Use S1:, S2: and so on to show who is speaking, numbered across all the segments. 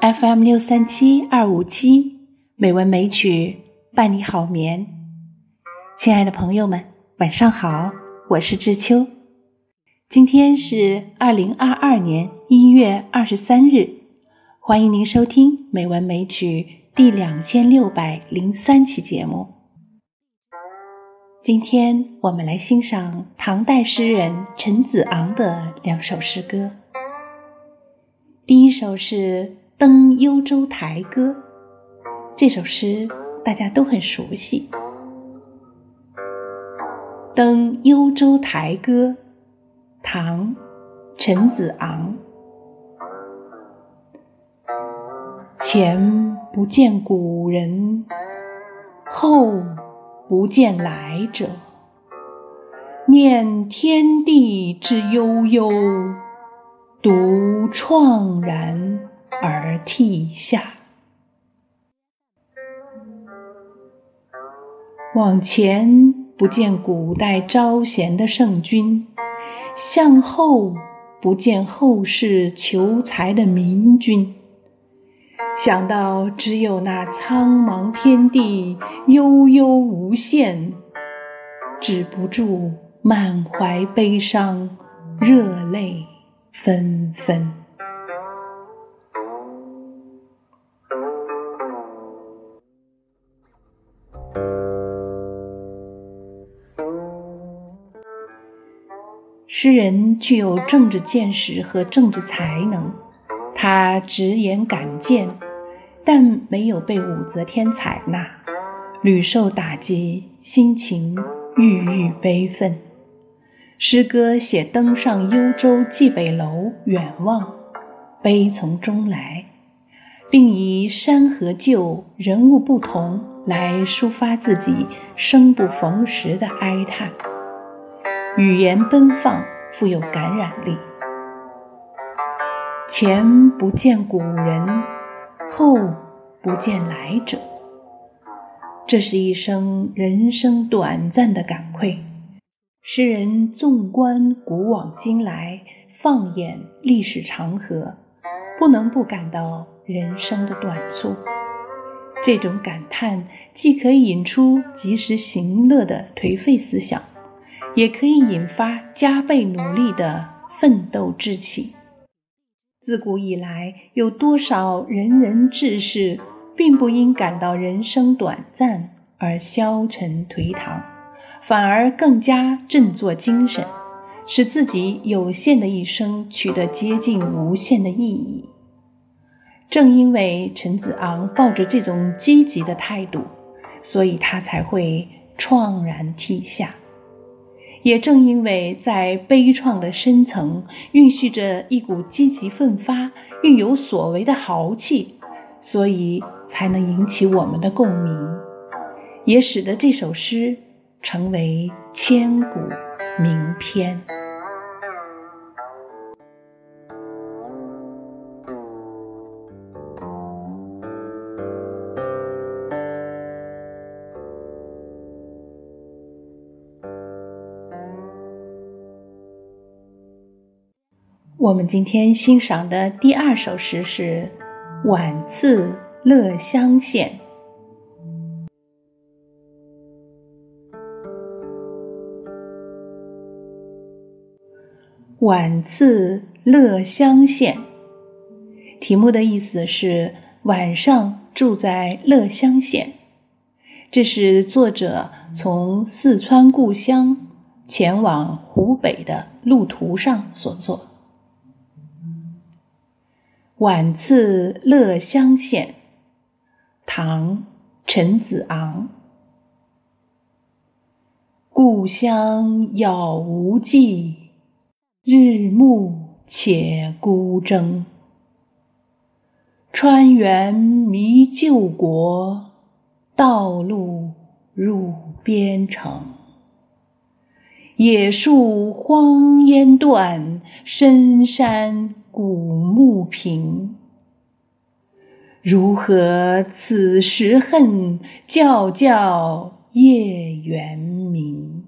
S1: FM637257美文美曲伴你好眠。亲爱的朋友们，晚上好，我是知秋。今天是2022年1月23日，欢迎您收听美文美曲第2603期节目。今天我们来欣赏唐代诗人陈子昂的2首诗歌。第一首是《登幽州台歌》，这首诗大家都很熟悉。《登幽州台歌》，唐·陈子昂。前不见古人，后不见来者。念天地之悠悠，独怆然而涕下。往前不见古代招贤的圣君，向后不见后世求才的明君。想到只有那苍茫天地悠悠无限，止不住满怀悲伤，热泪纷纷。诗人具有政治见识和政治才能，他直言敢谏，但没有被武则天采纳，屡受打击，心情郁郁悲愤。诗歌写登上幽州蓟北楼远望，悲从中来，并以山河旧，人物不同来抒发自己生不逢时的哀叹，语言奔放，富有感染力。前不见古人，后不见来者。这是一声人生短暂的感慨。诗人纵观古往今来，放眼历史长河，不能不感到人生的短促。这种感叹既可以引出及时行乐的颓废思想，也可以引发加倍努力的奋斗志气。自古以来，有多少仁人志士并不因感到人生短暂而消沉颓唐，反而更加振作精神，使自己有限的一生取得接近无限的意义。正因为陈子昂抱着这种积极的态度，所以他才会怆然涕下。也正因为在悲怆的深层蕴蓄着一股积极奋发、欲有所为的豪气，所以才能引起我们的共鸣，也使得这首诗成为千古名篇。我们今天欣赏的第2首诗是《晚次乐乡县》。晚次乐乡县，题目的意思是晚上住在乐乡县。这是作者从四川故乡前往湖北的路途上所作。晚次乐乡县，唐·陈子昂。故乡杳无际，日暮且孤征。川原迷旧国，道路入边城。野树荒烟断，深山古木平。如何此时恨，皎皎夜圆明。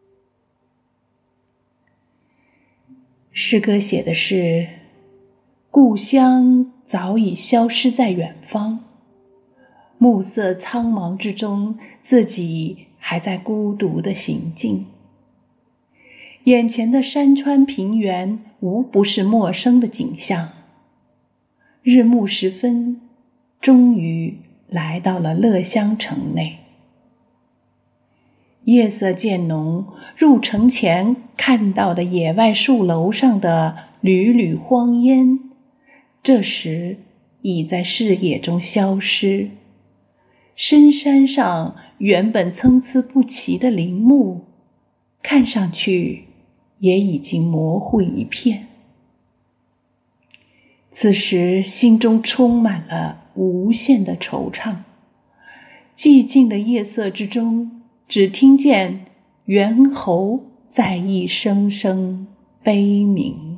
S1: 诗歌写的是故乡早已消失在远方，暮色苍茫之中，自己还在孤独地行进。眼前的山川平原无不是陌生的景象。日暮时分，终于来到了乐乡城内。夜色渐浓，入城前看到的野外树楼上的缕缕荒烟，这时已在视野中消失。深山上原本参差不齐的林木，看上去也已经模糊一片。此时心中充满了无限的惆怅。寂静的夜色之中，只听见猿猴在一声声悲鸣。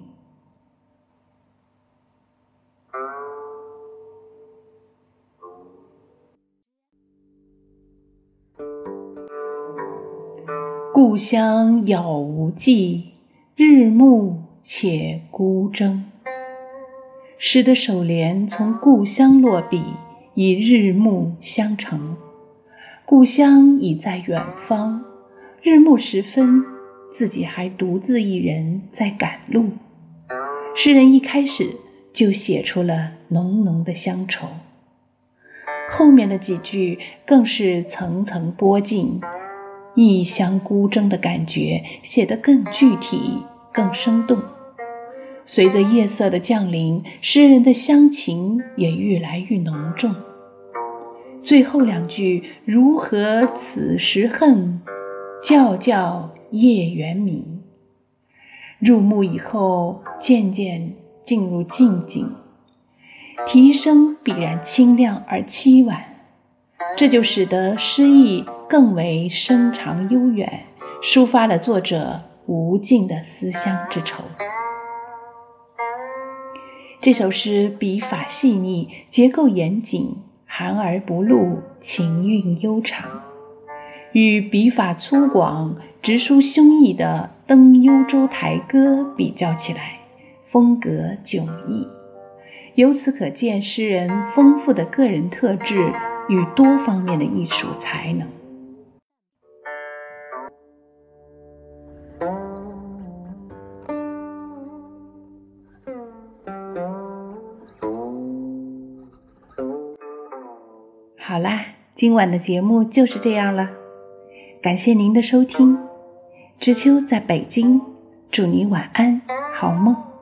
S1: 故乡杳无际，日暮且孤征。诗的首联从故乡落笔，以日暮相成。故乡已在远方，日暮时分，自己还独自一人在赶路。诗人一开始就写出了浓浓的乡愁，后面的几句更是层层剥尽，异乡孤征的感觉写得更具体更生动。随着夜色的降临，诗人的乡情也愈来愈浓重。最后两句如何此时恨，叫叫夜圆明。入暮以后，渐渐进入静境，啼声必然清亮而凄婉，这就使得诗意更为深长悠远，抒发了作者无尽的思乡之愁。这首诗笔法细腻，结构严谨，含而不露，情韵悠长。与笔法粗犷，直抒胸臆的《登幽州台歌》比较起来，风格迥异。由此可见诗人丰富的个人特质与多方面的艺术才能。好啦，今晚的节目就是这样了，感谢您的收听。知秋在北京，祝你晚安，好梦。